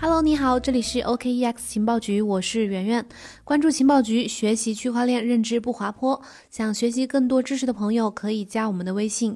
Hello， 你好，这里是 OKEX 情报局，我是圆圆。关注情报局，学习区块链，认知不滑坡。想学习更多知识的朋友，可以加我们的微信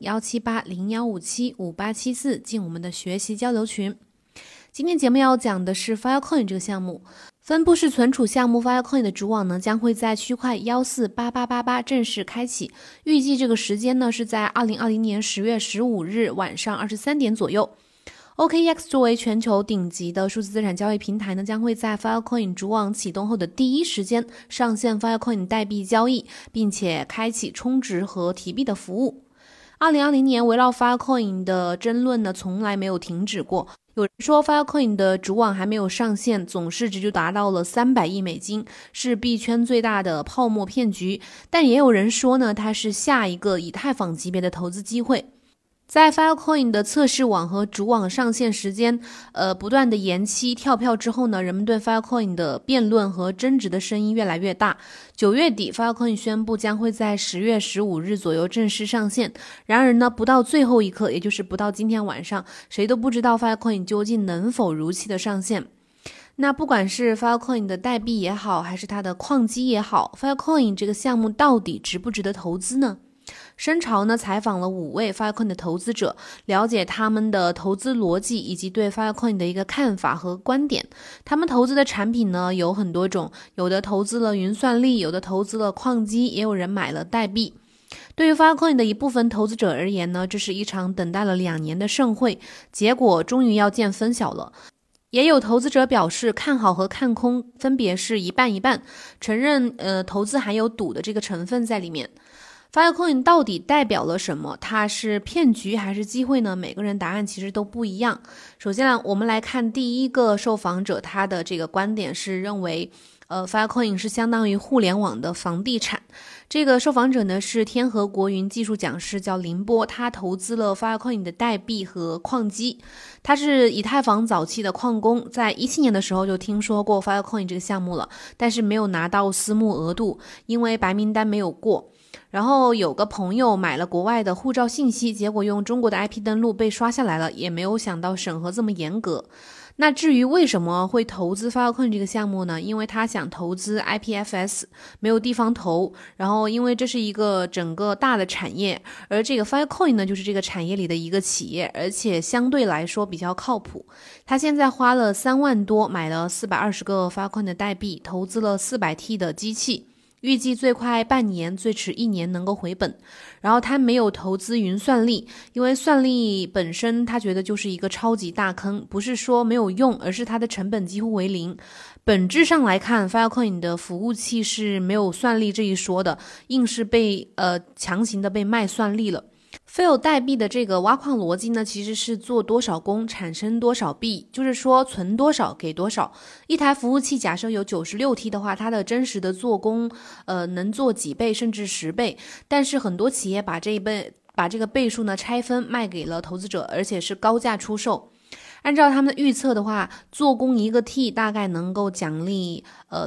17801575874，进我们的学习交流群。今天节目要讲的是 Filecoin 这个项目，分布式存储项目 Filecoin 的主网呢，将会在区块148888正式开启，预计这个时间呢是在2020年10月15日晚上23点左右。OKEX 作为全球顶级的数字资产交易平台呢，将会在 Filecoin 主网启动后的第一时间上线 Filecoin 代币交易，并且开启充值和提币的服务。2020年围绕 Filecoin 的争论呢，从来没有停止过。有人说 Filecoin 的主网还没有上线，总市值就达到了300亿美金，是币圈最大的泡沫骗局。但也有人说呢，它是下一个以太坊级别的投资机会。在 Filecoin 的测试网和主网上线时间不断的延期跳票之后呢，人们对 Filecoin 的辩论和争执的声音越来越大。9月底 Filecoin 宣布将会在10月15日左右正式上线。然而呢，不到最后一刻，也就是不到今天晚上，谁都不知道 Filecoin 究竟能否如期的上线。那不管是 Filecoin 的代币也好，还是它的矿机也好， Filecoin 这个项目到底值不值得投资呢？深潮呢采访了5位 Filecoin 的投资者，了解他们的投资逻辑以及对 Filecoin 的一个看法和观点。他们投资的产品呢有很多种，有的投资了云算力，有的投资了矿机，也有人买了代币。对于 Filecoin 的一部分投资者而言呢，这是一场等待了2年的盛会，结果终于要见分晓了。也有投资者表示看好和看空分别是一半一半，承认投资含有赌的这个成分在里面。Filecoin 到底代表了什么？它是骗局还是机会呢？每个人答案其实都不一样。首先呢，我们来看第一个受访者，他的这个观点是认为Filecoin 是相当于互联网的房地产。这个受访者呢是天河国云技术讲师，叫林波，他投资了 Filecoin 的代币和矿机。他是以太坊早期的矿工，在17年的时候就听说过 Filecoin 这个项目了，但是没有拿到私募额度，因为白名单没有过。然后有个朋友买了国外的护照信息，结果用中国的 IP 登录被刷下来了，也没有想到审核这么严格。那至于为什么会投资 Filecoin 这个项目呢？因为他想投资 IPFS， 没有地方投，然后因为这是一个整个大的产业，而这个 Filecoin 呢就是这个产业里的一个企业，而且相对来说比较靠谱。他现在花了3万多买了420个 Filecoin 的代币，投资了400T 的机器，预计最快半年，最迟1年能够回本。然后他没有投资云算力，因为算力本身他觉得就是一个超级大坑，不是说没有用，而是它的成本几乎为零。本质上来看 Filecoin 的服务器是没有算力这一说的，硬是被强行的被卖算力了。Fil 代币的这个挖矿逻辑呢，其实是做多少功产生多少币，就是说存多少给多少。一台服务器假设有96T 的话，它的真实的做工能做几倍甚至10倍，但是很多企业把这个倍数呢拆分卖给了投资者，而且是高价出售。按照他们的预测的话，做工1个 T 大概能够奖励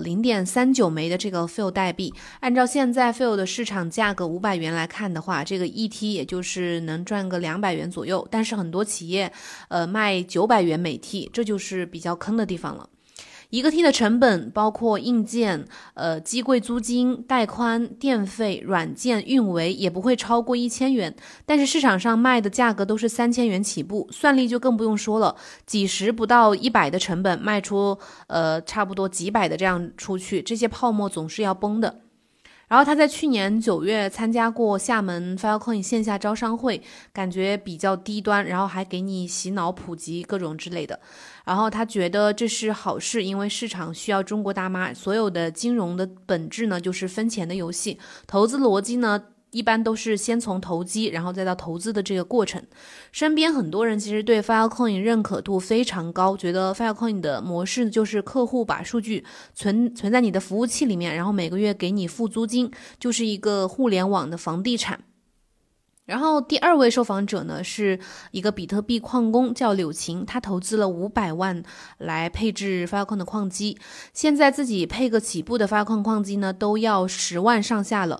0.39枚的这个 Fil 代币。按照现在 Fil 的市场价格500元来看的话，这个1T 也就是能赚个200元左右，但是很多企业卖900元每 T， 这就是比较坑的地方了。1个 T 的成本包括硬件、机柜租金、带宽、电费、软件、运维也不会超过1000元，但是市场上卖的价格都是3000元起步，算力就更不用说了，几十不到100的成本卖出差不多几百的这样出去，这些泡沫总是要崩的。然后他在去年9月参加过厦门 Filecoin 线下招商会，感觉比较低端，然后还给你洗脑普及各种之类的。然后他觉得这是好事，因为市场需要中国大妈。所有的金融的本质呢，就是分钱的游戏，投资逻辑呢一般都是先从投机，然后再到投资的这个过程。身边很多人其实对 Filecoin 认可度非常高，觉得 Filecoin 的模式就是客户把数据存在你的服务器里面，然后每个月给你付租金，就是一个互联网的房地产。然后第2位受访者呢是一个比特币矿工，叫柳琴，他投资了500万来配置 Filecoin 的矿机，现在自己配个起步的 Filecoin 矿机呢都要10万上下了。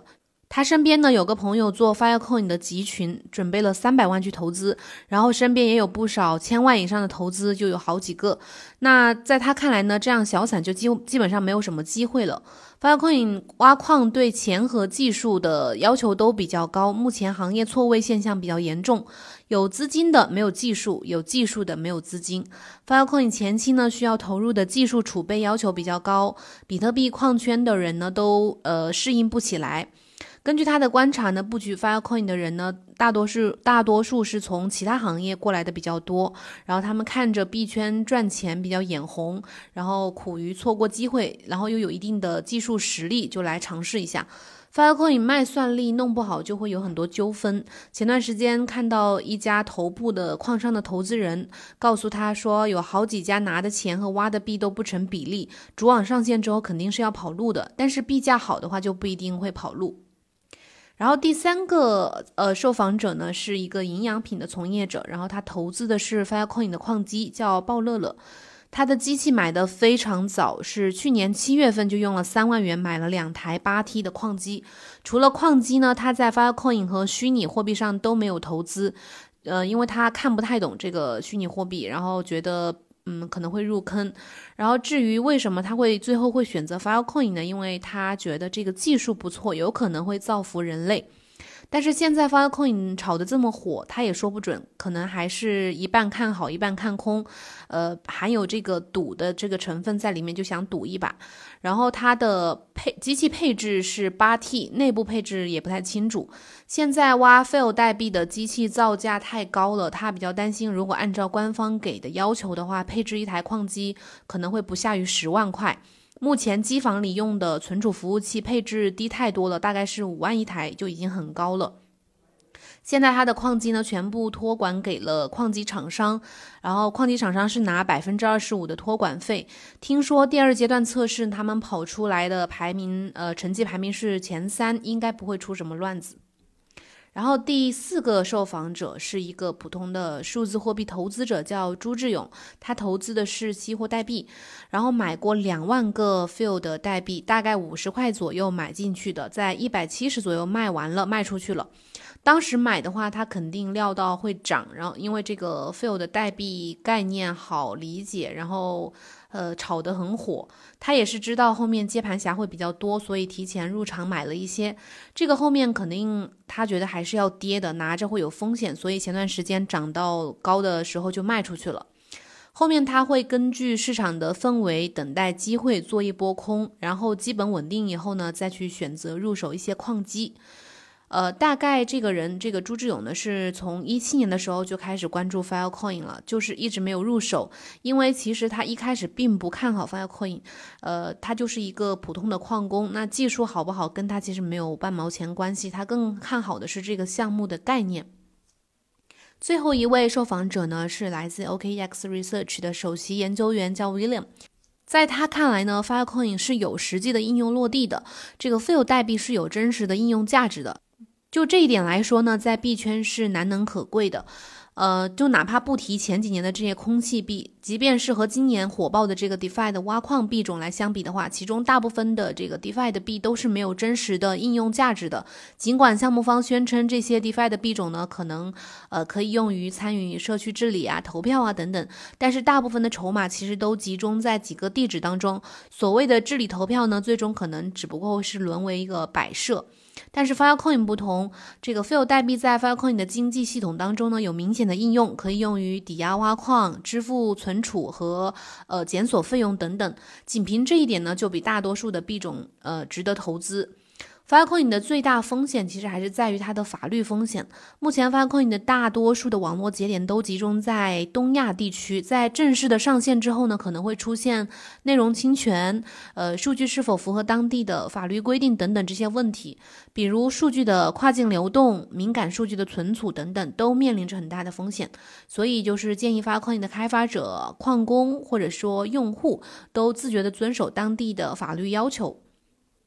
他身边呢有个朋友做 Filecoin 的集群，准备了300万去投资，然后身边也有不少1000万以上的投资，就有好几个。那在他看来呢，这样小散就基本上没有什么机会了。Filecoin 挖矿对钱和技术的要求都比较高，目前行业错位现象比较严重，有资金的没有技术，有技术的没有资金。Filecoin 前期呢需要投入的技术储备要求比较高，比特币矿圈的人呢都适应不起来。根据他的观察呢，布局 Filecoin 的人呢，大多数是从其他行业过来的比较多，然后他们看着币圈赚钱比较眼红，然后苦于错过机会，然后又有一定的技术实力，就来尝试一下。Filecoin 卖算力弄不好就会有很多纠纷。前段时间看到一家头部的矿商的投资人告诉他说，有好几家拿的钱和挖的币都不成比例，主网上线之后肯定是要跑路的，但是币价好的话就不一定会跑路。然后第三个受访者呢是一个营养品的从业者，然后他投资的是 Filecoin 的矿机，叫鲍乐乐。他的机器买的非常早，是去年7月份就用了3万元买了2台8T 的矿机。除了矿机呢，他在 Filecoin 和虚拟货币上都没有投资，因为他看不太懂这个虚拟货币，然后觉得可能会入坑。然后至于为什么他最后会选择 Filecoin 呢？因为他觉得这个技术不错，有可能会造福人类。但是现在 Filecoin 炒得这么火，他也说不准，可能还是一半看好一半看空，含有这个赌的这个成分在里面，就想赌一把。然后它的机器配置是8T， 内部配置也不太清楚。现在挖 Fil 代币的机器造价太高了，他比较担心，如果按照官方给的要求的话，配置一台矿机可能会不下于10万块。目前机房里用的存储服务器配置低太多了，大概是5万一台就已经很高了。现在它的矿机呢全部托管给了矿机厂商，然后矿机厂商是拿25%的托管费。听说第2阶段测试他们跑出来的成绩排名是前3，应该不会出什么乱子。然后第4个受访者是一个普通的数字货币投资者，叫朱志勇，他投资的是期货代币，然后买过2万个 Fil 的代币，大概50块左右买进去的，在170左右卖出去了。当时买的话，他肯定料到会涨，然后因为这个 Fil 的代币概念好理解，然后炒得很火，他也是知道后面接盘侠会比较多，所以提前入场买了一些。这个后面肯定他觉得还是要跌的，拿着会有风险，所以前段时间涨到高的时候就卖出去了。后面他会根据市场的氛围等待机会做一波空，然后基本稳定以后呢，再去选择入手一些矿机。大概这个朱志勇呢，是从17年的时候就开始关注 Filecoin 了，就是一直没有入手，因为其实他一开始并不看好 Filecoin，他就是一个普通的矿工，那技术好不好跟他其实没有半毛钱关系，他更看好的是这个项目的概念。最后一位受访者呢，是来自 OKX Research 的首席研究员，叫 William。在他看来呢 Filecoin 是有实际的应用落地的，这个 Fil 代币是有真实的应用价值的。就这一点来说呢，在币圈是难能可贵的。就哪怕不提前几年的这些空气币，即便是和今年火爆的这个 DeFi 的挖矿币种来相比的话，其中大部分的这个 DeFi 的币都是没有真实的应用价值的。尽管项目方宣称这些 DeFi 的币种呢，可能可以用于参与社区治理啊、投票啊等等，但是大部分的筹码其实都集中在几个地址当中。所谓的治理投票呢，最终可能只不过是沦为一个摆设。但是 Filecoin 不同，这个 Fil 代币在 Filecoin 的经济系统当中呢，有明显的应用，可以用于抵押挖矿、支付存储和检索费用等等。仅凭这一点呢，就比大多数的币种值得投资。Filecoin 的最大风险其实还是在于它的法律风险。目前 Filecoin 的大多数的网络节点都集中在东亚地区，在正式的上线之后呢，可能会出现内容侵权、数据是否符合当地的法律规定等等这些问题，比如数据的跨境流动、敏感数据的存储等等，都面临着很大的风险。所以就是建议 Filecoin 的开发者、矿工或者说用户都自觉地遵守当地的法律要求。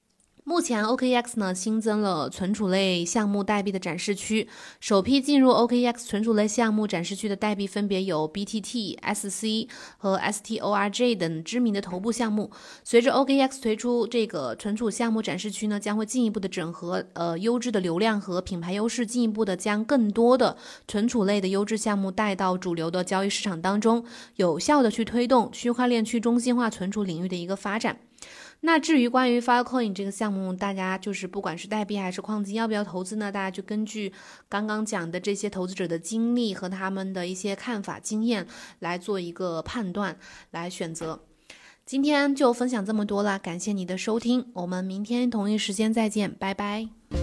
目前 OKX 呢新增了存储类项目代币的展示区，首批进入 OKX 存储类项目展示区的代币分别有 BTT、SC 和 STORJ 等知名的头部项目。随着 OKX 推出这个存储项目展示区呢，将会进一步的整合优质的流量和品牌优势，进一步的将更多的存储类的优质项目带到主流的交易市场当中，有效的去推动区块链去中心化存储领域的一个发展。那至于关于 Filecoin 这个项目，大家就是不管是代币还是矿机要不要投资呢，大家就根据刚刚讲的这些投资者的经历和他们的一些看法经验来做一个判断来选择。今天就分享这么多啦，感谢你的收听，我们明天同一时间再见，拜拜。